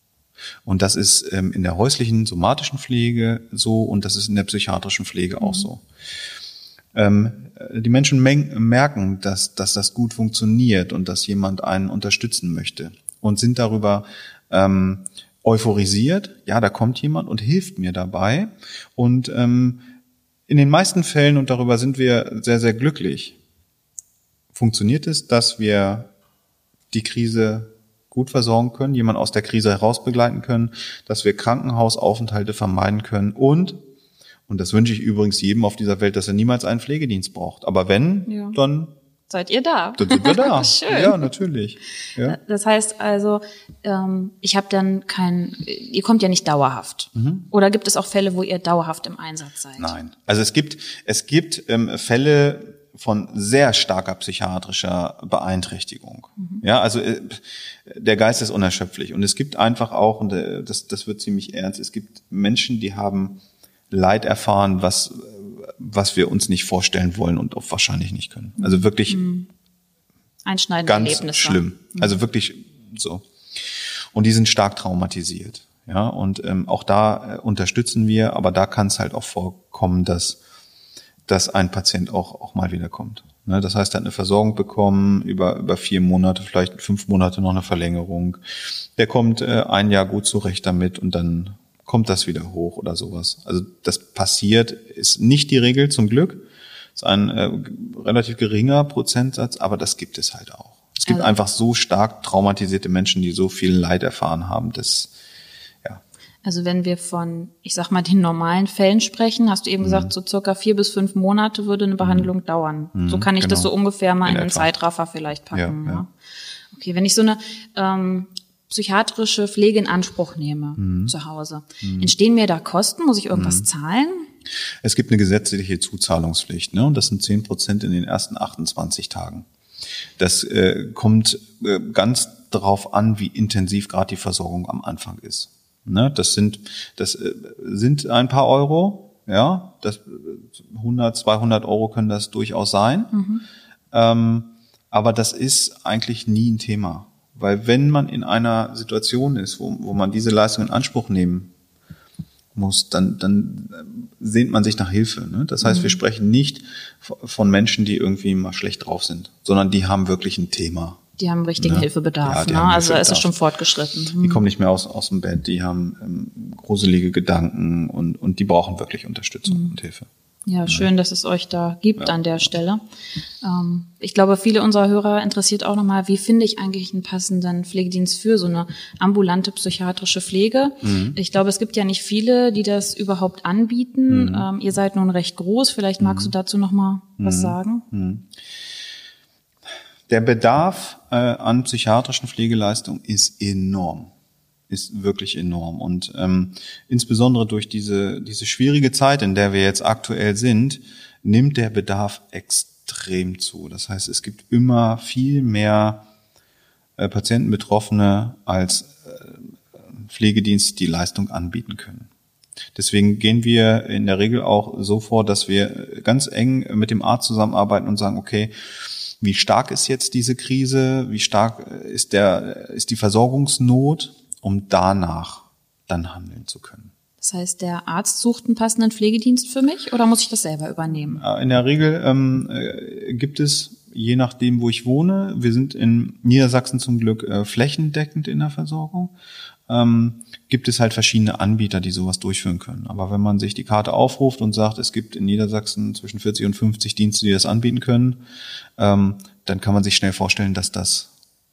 Und das ist ähm, in der häuslichen, somatischen Pflege so und das ist in der psychiatrischen Pflege auch mhm. so. Ähm, die Menschen merken, dass, dass das gut funktioniert und dass jemand einen unterstützen möchte und sind darüber ähm, euphorisiert. Ja, da kommt jemand und hilft mir dabei. Und ähm, in den meisten Fällen, und darüber sind wir sehr, sehr glücklich, funktioniert es, dass wir die Krise gut versorgen können, jemanden aus der Krise heraus begleiten können, dass wir Krankenhausaufenthalte vermeiden können und Und das wünsche ich übrigens jedem auf dieser Welt, dass er niemals einen Pflegedienst braucht. Aber wenn, ja. dann seid ihr da. Dann sind wir da. Schön. Ja, natürlich. Ja. Das heißt also, ähm, ich habe dann kein, ihr kommt ja nicht dauerhaft. Mhm. Oder gibt es auch Fälle, wo ihr dauerhaft im Einsatz seid? Nein. Also es gibt es gibt ähm, Fälle von sehr starker psychiatrischer Beeinträchtigung. Mhm. Ja, also äh, der Geist ist unerschöpflich. Und es gibt einfach auch, und äh, das das wird ziemlich ernst, es gibt Menschen, die haben Leid erfahren, was was wir uns nicht vorstellen wollen und auch wahrscheinlich nicht können. Also wirklich mhm. einschneidende ganz Erlebnisse. Schlimm. Mhm. Also wirklich so. Und die sind stark traumatisiert. Ja, und ähm, auch da äh, unterstützen wir, aber da kann es halt auch vorkommen, dass dass ein Patient auch auch mal wiederkommt. Ne, das heißt, er hat eine Versorgung bekommen über über vier Monate, vielleicht fünf Monate noch eine Verlängerung. Der kommt äh, ein Jahr gut zurecht damit und dann kommt das wieder hoch oder sowas. Also das passiert, ist nicht die Regel zum Glück. Ist ein äh, relativ geringer Prozentsatz, aber das gibt es halt auch. Es gibt also einfach so stark traumatisierte Menschen, die so viel Leid erfahren haben, dass, ja. Also wenn wir von, ich sag mal, den normalen Fällen sprechen, hast du eben mhm. gesagt, so circa vier bis fünf Monate würde eine Behandlung mhm. dauern. Mhm, so kann ich genau. das so ungefähr mal in, in einen Zeitraffer vielleicht packen. Ja, ja. Ja. Okay, wenn ich so eine ähm, psychiatrische Pflege in Anspruch nehme mhm. zu Hause. Mhm. Entstehen mir da Kosten? Muss ich irgendwas mhm. zahlen? Es gibt eine gesetzliche Zuzahlungspflicht, ne? Und das sind zehn Prozent in den ersten achtundzwanzig Tagen. Das äh, kommt äh, ganz drauf an, wie intensiv gerade die Versorgung am Anfang ist. Ne? Das sind, das äh, sind ein paar Euro, ja, das hundert, zweihundert Euro können das durchaus sein. Mhm. Ähm, aber das ist eigentlich nie ein Thema. Weil wenn man in einer Situation ist, wo, wo man diese Leistung in Anspruch nehmen muss, dann, dann sehnt man sich nach Hilfe. Ne? Das heißt, mhm. wir sprechen nicht von Menschen, die irgendwie mal schlecht drauf sind, sondern die haben wirklich ein Thema. Die haben richtigen ne? Hilfebedarf. Ja, ne? Also da ist es schon fortgeschritten. Mhm. Die kommen nicht mehr aus, aus dem Bett, die haben ähm, gruselige Gedanken und, und die brauchen wirklich Unterstützung mhm. und Hilfe. Ja, schön, dass es euch da gibt ja. an der Stelle. Ähm, ich glaube, viele unserer Hörer interessiert auch nochmal, wie finde ich eigentlich einen passenden Pflegedienst für so eine ambulante psychiatrische Pflege? Mhm. Ich glaube, es gibt ja nicht viele, die das überhaupt anbieten. Mhm. Ähm, ihr seid nun recht groß. Vielleicht magst mhm. du dazu nochmal mhm. was sagen? Mhm. Der Bedarf äh, an psychiatrischen Pflegeleistungen ist enorm. ist wirklich enorm. Und ähm, insbesondere durch diese diese schwierige Zeit, in der wir jetzt aktuell sind, nimmt der Bedarf extrem zu. Das heißt, es gibt immer viel mehr äh, Patienten, Betroffene, als äh, Pflegedienste die Leistung anbieten können. Deswegen gehen wir in der Regel auch so vor, dass wir ganz eng mit dem Arzt zusammenarbeiten und sagen, okay, wie stark ist jetzt diese Krise? Wie stark ist der ist die Versorgungsnot? Um danach dann handeln zu können. Das heißt, der Arzt sucht einen passenden Pflegedienst für mich oder muss ich das selber übernehmen? In der Regel ähm, äh, gibt es, je nachdem, wo ich wohne, wir sind in Niedersachsen zum Glück äh, flächendeckend in der Versorgung, ähm, gibt es halt verschiedene Anbieter, die sowas durchführen können. Aber wenn man sich die Karte aufruft und sagt, es gibt in Niedersachsen zwischen vierzig und fünfzig Dienste, die das anbieten können, ähm, dann kann man sich schnell vorstellen, dass das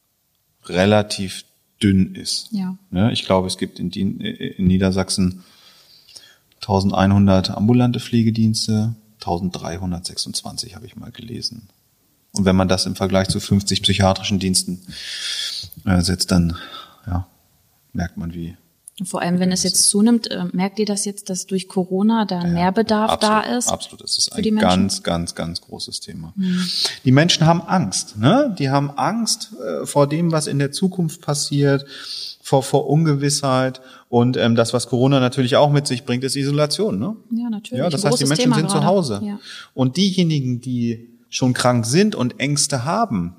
relativ dünn ist. Ja. Ja, ich glaube, es gibt in, in Niedersachsen eintausendeinhundert ambulante Pflegedienste, eintausenddreihundertsechsundzwanzig habe ich mal gelesen. Und wenn man das im Vergleich zu fünfzig psychiatrischen Diensten äh, setzt, dann ja, merkt man, wie. Und vor allem, wenn es jetzt zunimmt, äh, merkt ihr das jetzt, dass durch Corona da ja, mehr Bedarf absolut, da ist? Absolut, das ist ein ganz, ganz, ganz großes Thema. Mhm. Die Menschen haben Angst, ne? Die haben Angst äh, vor dem, was in der Zukunft passiert, vor, vor Ungewissheit. Und ähm, das, was Corona natürlich auch mit sich bringt, ist Isolation, ne? Ja, natürlich. Ja, das heißt, die Menschen Thema sind gerade. zu Hause. Ja. Und diejenigen, die schon krank sind und Ängste haben,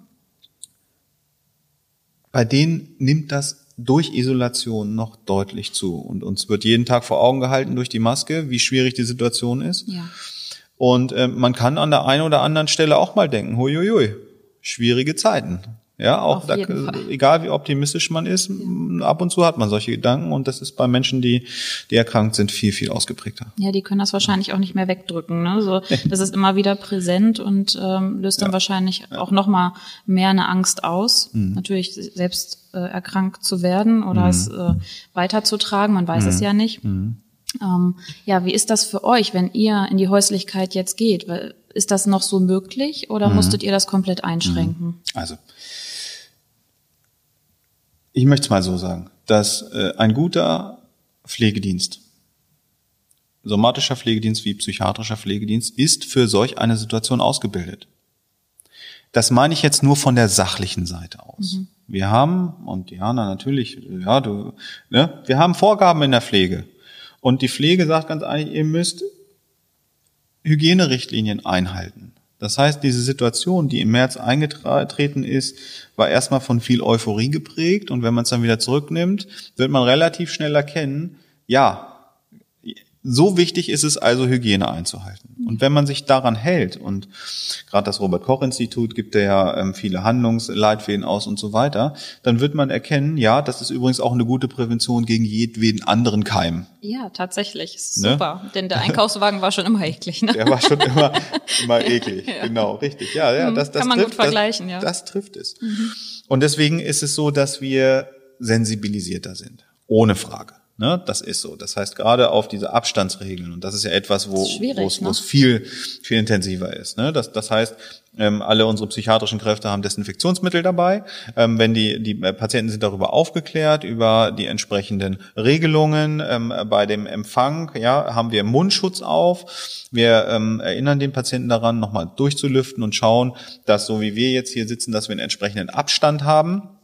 bei denen nimmt das durch Isolation noch deutlich zu. Und uns wird jeden Tag vor Augen gehalten durch die Maske, wie schwierig die Situation ist. Ja. Und äh, man kann an der einen oder anderen Stelle auch mal denken, huiuiui, schwierige Zeiten. Ja, auch da, egal wie optimistisch man ist, ja. ab und zu hat man solche Gedanken und das ist bei Menschen, die die erkrankt sind, viel, viel ausgeprägter. Ja, die können das wahrscheinlich auch nicht mehr wegdrücken. Ne? So, das ist immer wieder präsent und ähm, löst dann ja. wahrscheinlich ja. auch noch mal mehr eine Angst aus. Mhm. Natürlich selbst äh, erkrankt zu werden oder mhm. es äh, weiterzutragen, man weiß mhm. es ja nicht. Mhm. Ähm, ja, wie ist das für euch, wenn ihr in die Häuslichkeit jetzt geht? Ist das noch so möglich oder mhm. musstet ihr das komplett einschränken? Also ich möchte es mal so sagen, dass äh, ein guter Pflegedienst, somatischer Pflegedienst wie psychiatrischer Pflegedienst, ist für solch eine Situation ausgebildet. Das meine ich jetzt nur von der sachlichen Seite aus. Mhm. Wir haben, und Diana natürlich, ja, du, ne, wir haben Vorgaben in der Pflege. Und die Pflege sagt ganz ehrlich, ihr müsst Hygienerichtlinien einhalten. Das heißt, diese Situation, die im März eingetreten ist, war erstmal von viel Euphorie geprägt. Und wenn man es dann wieder zurücknimmt, wird man relativ schnell erkennen, ja, so wichtig ist es also, Hygiene einzuhalten. Und wenn man sich daran hält, und gerade das Robert-Koch-Institut gibt ja ähm, viele Handlungsleitfäden aus und so weiter, dann wird man erkennen, ja, das ist übrigens auch eine gute Prävention gegen jedweden anderen Keim. Ja, tatsächlich. Super. Ne? Denn der Einkaufswagen war schon immer eklig. Ne? Der war schon immer, immer eklig. Ja. Genau, richtig. Ja, ja, das, das Kann man trifft, gut vergleichen, das, ja. Das trifft es. Mhm. Und deswegen ist es so, dass wir sensibilisierter sind. Ohne Frage. Ne, das ist so. Das heißt, gerade auf diese Abstandsregeln, und das ist ja etwas, wo es ne? viel, viel intensiver ist. Ne? Das, das heißt, ähm, alle unsere psychiatrischen Kräfte haben Desinfektionsmittel dabei. Ähm, wenn die, die Patienten sind darüber aufgeklärt, über die entsprechenden Regelungen. Ähm, bei dem Empfang, ja, haben wir Mundschutz auf. Wir ähm, erinnern den Patienten daran, nochmal durchzulüften und schauen, dass so wie wir jetzt hier sitzen, dass wir einen entsprechenden Abstand haben.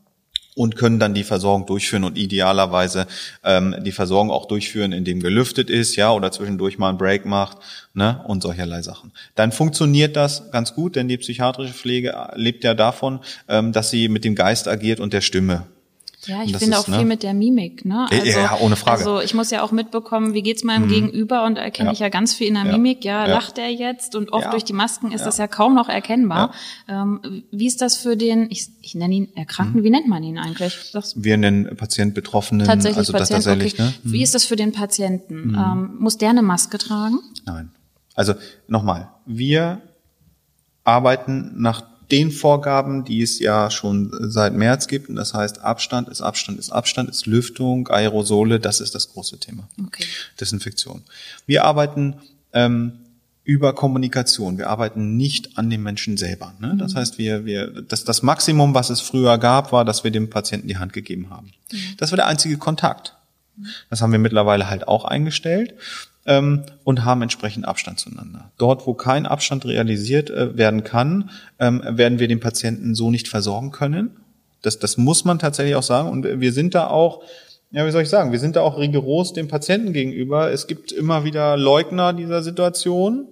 und können dann die Versorgung durchführen und idealerweise ähm, die Versorgung auch durchführen, indem gelüftet ist, ja, oder zwischendurch mal einen Break macht, ne, und solcherlei Sachen. Dann funktioniert das ganz gut, denn die psychiatrische Pflege lebt ja davon, ähm, dass sie mit dem Geist agiert und der Stimme. Ja, ich finde auch ne? viel mit der Mimik, ne? Also, ja, ohne Frage. Also ich muss ja auch mitbekommen, wie geht's meinem mhm. Gegenüber, und da erkenne ja. ich ja ganz viel in der ja. Mimik. Ja, ja, lacht er jetzt? Und oft ja. durch die Masken ist ja. das ja kaum noch erkennbar. Ja. Ähm, wie ist das für den, ich, ich nenne ihn Erkrankten, mhm. wie nennt man ihn eigentlich? Sag's. Wir nennen Patient, Betroffenen. Tatsächlich also Patient, das tatsächlich, okay. ne? Mhm. Wie ist das für den Patienten? Mhm. Ähm, muss der eine Maske tragen? Nein. Also nochmal, wir arbeiten nach den Vorgaben, die es ja schon seit März gibt. Und das heißt, Abstand ist Abstand ist Abstand, ist Lüftung, Aerosole, das ist das große Thema. Okay. Desinfektion. Wir arbeiten ähm, über Kommunikation. Wir arbeiten nicht an dem Menschen selber. Ne? Das heißt, wir, wir, das, das Maximum, was es früher gab, war, dass wir dem Patienten die Hand gegeben haben. Mhm. Das war der einzige Kontakt. Das haben wir mittlerweile halt auch eingestellt. Ähm, und haben entsprechend Abstand zueinander. Dort, wo kein Abstand realisiert äh, werden kann, ähm, werden wir den Patienten so nicht versorgen können. Das, das muss man tatsächlich auch sagen. Und wir sind da auch, ja, wie soll ich sagen, wir sind da auch rigoros dem Patienten gegenüber. Es gibt immer wieder Leugner dieser Situation.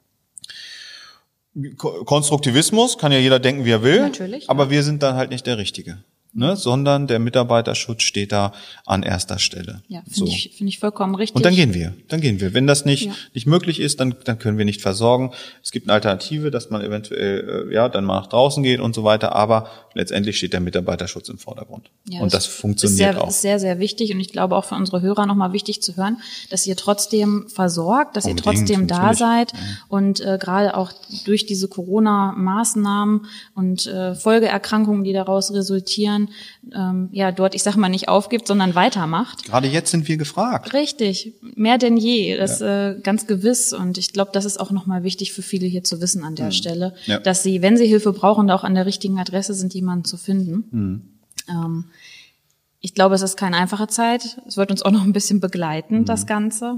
Konstruktivismus, kann ja jeder denken, wie er will. Natürlich. Aber ja. wir sind dann halt nicht der Richtige. Ne, sondern der Mitarbeiterschutz steht da an erster Stelle. Ja, finde so. ich, finde ich vollkommen richtig. Und dann gehen wir, dann gehen wir. Wenn das nicht ja. nicht möglich ist, dann dann können wir nicht versorgen. Es gibt eine Alternative, dass man eventuell äh, ja dann mal nach draußen geht und so weiter. Aber letztendlich steht der Mitarbeiterschutz im Vordergrund. Ja, und das, das funktioniert ist sehr, auch. Das ist sehr, sehr wichtig. Und ich glaube auch für unsere Hörer nochmal wichtig zu hören, dass ihr trotzdem versorgt, dass Unbedingt, ihr trotzdem da natürlich. seid. Ja. Und äh, gerade auch durch diese Corona-Maßnahmen und äh, Folgeerkrankungen, die daraus resultieren, ähm, ja, dort, ich sag mal, nicht aufgibt, sondern weitermacht. Gerade jetzt sind wir gefragt. Richtig, mehr denn je, das ja. äh, ganz gewiss. Und ich glaube, das ist auch nochmal wichtig für viele hier zu wissen an der mhm. Stelle, ja. dass sie, wenn sie Hilfe brauchen, auch an der richtigen Adresse sind, jemanden zu finden. Mhm. Ähm, ich glaube, es ist keine einfache Zeit. Es wird uns auch noch ein bisschen begleiten, mhm. das Ganze.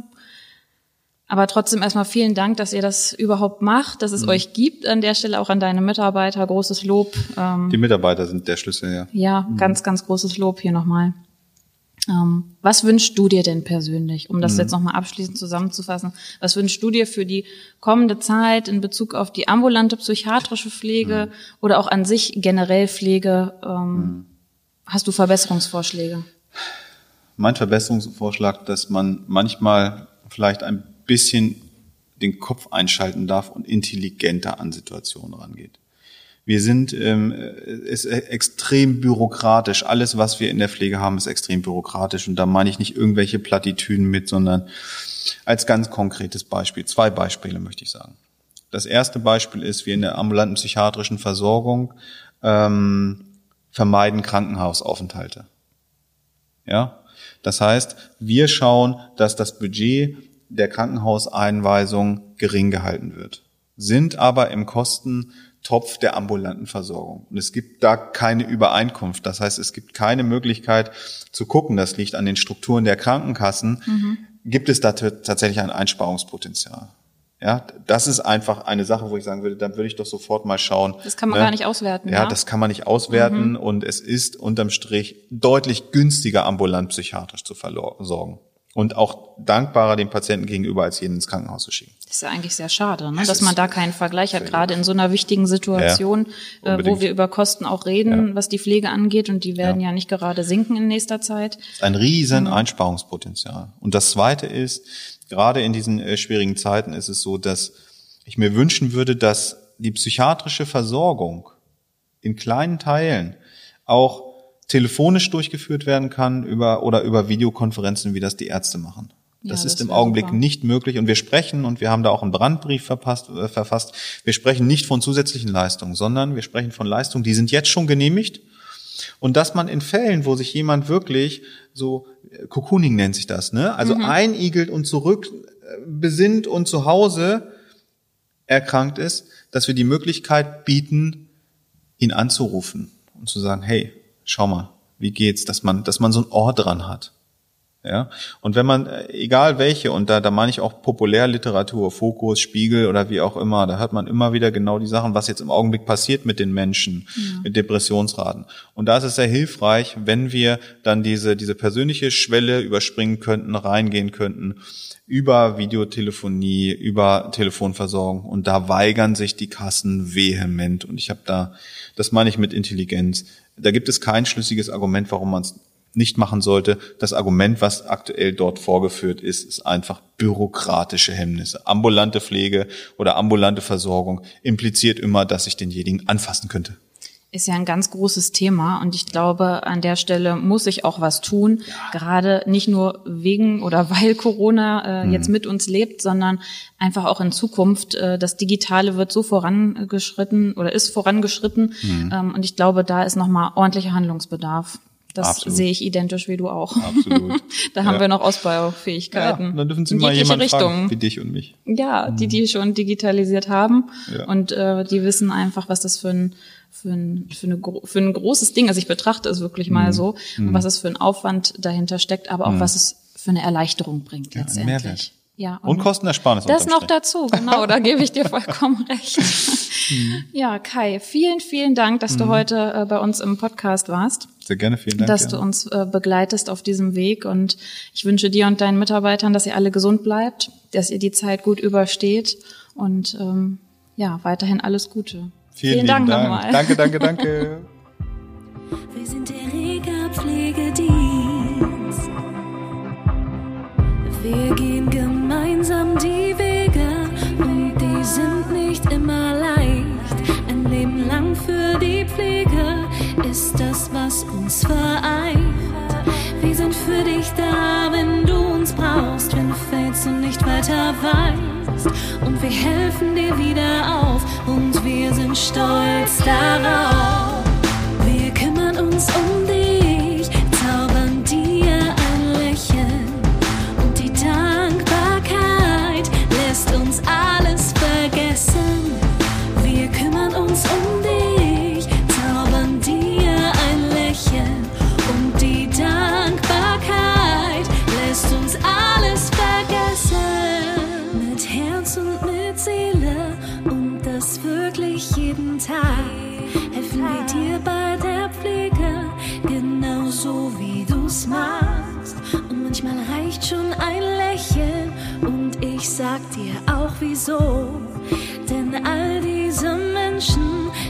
Aber trotzdem erstmal vielen Dank, dass ihr das überhaupt macht, dass es mhm. euch gibt an der Stelle, auch an deine Mitarbeiter. Großes Lob. Ähm, Die Mitarbeiter sind der Schlüssel, ja. Ja, mhm. ganz, ganz großes Lob hier nochmal. Ähm, was wünschst du dir denn persönlich, um das mhm. jetzt nochmal abschließend zusammenzufassen? Was wünschst du dir für die kommende Zeit in Bezug auf die ambulante psychiatrische Pflege mhm. oder auch an sich generell Pflege? Ähm, mhm. Hast du Verbesserungsvorschläge? Mein Verbesserungsvorschlag, dass man manchmal vielleicht ein bisschen den Kopf einschalten darf und intelligenter an Situationen rangeht. Wir sind ähm, ist extrem bürokratisch. Alles, was wir in der Pflege haben, ist extrem bürokratisch. Und da meine ich nicht irgendwelche Plattitüden mit, sondern als ganz konkretes Beispiel. Zwei Beispiele möchte ich sagen. Das erste Beispiel ist, wir in der ambulanten psychiatrischen Versorgung ähm, vermeiden Krankenhausaufenthalte. Ja, das heißt, wir schauen, dass das Budget der Krankenhauseinweisung gering gehalten wird, sind aber im Kostentopf der ambulanten Versorgung. Und es gibt da keine Übereinkunft. Das heißt, es gibt keine Möglichkeit zu gucken, das liegt an den Strukturen der Krankenkassen, mhm. gibt es da t- tatsächlich ein Einsparungspotenzial. Ja, das ist einfach eine Sache, wo ich sagen würde, dann würde ich doch sofort mal schauen. Das kann man ne? gar nicht auswerten. Ja, ja, das kann man nicht auswerten mhm. und es ist unterm Strich deutlich günstiger, ambulant psychiatrisch zu versorgen. Und auch dankbarer dem Patienten gegenüber, als jeden ins Krankenhaus zu schicken. Das ist ja eigentlich sehr schade, ne? Dass man da keinen Vergleich hat, gerade in so einer wichtigen Situation, ja, äh, wo wir über Kosten auch reden, ja. was die Pflege angeht. Und die werden ja, ja nicht gerade sinken in nächster Zeit. Das ist ein riesen mhm. Einsparungspotenzial. Und das Zweite ist, gerade in diesen äh, schwierigen Zeiten ist es so, dass ich mir wünschen würde, dass die psychiatrische Versorgung in kleinen Teilen auch telefonisch durchgeführt werden kann über oder über Videokonferenzen, wie das die Ärzte machen. Das ja, ist das im Augenblick super. Nicht möglich und wir sprechen, und wir haben da auch einen Brandbrief verpasst, äh, verfasst, wir sprechen nicht von zusätzlichen Leistungen, sondern wir sprechen von Leistungen, die sind jetzt schon genehmigt, und dass man in Fällen, wo sich jemand wirklich so, Cocooning nennt sich das, ne, also mhm. einigelt und zurück besinnt und zu Hause erkrankt ist, dass wir die Möglichkeit bieten, ihn anzurufen und zu sagen, hey, schau mal, wie geht's, dass man, dass man so ein Ohr dran hat. Ja, und wenn man, egal welche, und da, da meine ich auch Populärliteratur, Fokus, Spiegel oder wie auch immer, da hört man immer wieder genau die Sachen, was jetzt im Augenblick passiert mit den Menschen, ja. mit Depressionsraten. Und da ist es sehr hilfreich, wenn wir dann diese, diese persönliche Schwelle überspringen könnten, reingehen könnten, über Videotelefonie, über Telefonversorgung. Und da weigern sich die Kassen vehement. Und ich habe da, das meine ich mit Intelligenz. Da gibt es kein schlüssiges Argument, warum man es nicht machen sollte. Das Argument, was aktuell dort vorgeführt ist, ist einfach bürokratische Hemmnisse. Ambulante Pflege oder ambulante Versorgung impliziert immer, dass ich denjenigen anfassen könnte. Ist ja ein ganz großes Thema und ich glaube, an der Stelle muss sich auch was tun, ja. gerade nicht nur wegen oder weil Corona äh, mhm. jetzt mit uns lebt, sondern einfach auch in Zukunft. Äh, das Digitale wird so vorangeschritten oder ist vorangeschritten mhm. ähm, und ich glaube, da ist nochmal ordentlicher Handlungsbedarf. Das Absolut. Sehe ich identisch wie du auch. Absolut. Da haben ja. wir noch Ausbaufähigkeiten. Ja, dann dürfen Sie mal jemanden fragen, wie dich und mich. Ja, die, die schon digitalisiert haben ja. und äh, die wissen einfach, was das für ein für ein für eine für ein großes Ding. Also ich betrachte es wirklich mal mhm. so, mhm. was es für ein Aufwand dahinter steckt, aber auch mhm. was es für eine Erleichterung bringt ja, letztendlich. Mehrwert. Ja, und, und Kostenersparnis. Das noch dazu, genau, da gebe ich dir vollkommen recht. Mhm. Ja, Kai, vielen, vielen Dank, dass du mhm. heute äh, bei uns im Podcast warst. Sehr gerne, vielen Dank. Dass ja. du uns äh, begleitest auf diesem Weg und ich wünsche dir und deinen Mitarbeitern, dass ihr alle gesund bleibt, dass ihr die Zeit gut übersteht und ähm, ja, weiterhin alles Gute. Vielen, vielen Dank, Dank nochmal. Danke, danke, danke. Wir sind der Rega Pflegedienst. Wir gehen gemeinsam die Wege und die sind nicht immer leicht. Ein Leben lang für die Pflege ist das, was uns vereint. Wir sind für dich da, wenn du uns brauchst, wenn du fällst und nicht weiter weißt. Und wir helfen dir wieder auf und wir sind stolz darauf. Wir kümmern uns um dich, zaubern dir ein Lächeln und die Dankbarkeit lässt uns alles vergessen. Wir kümmern uns um dich, zaubern dir ein Lächeln und die Dankbarkeit lässt uns alles vergessen. Mit Herz und mit Seele und das wirklich jeden Tag helfen wir dir bei der Pflege, genauso wie du's machst. Und manchmal reicht schon ein Lächeln und ich sag dir auch wieso. Denn all diese Menschen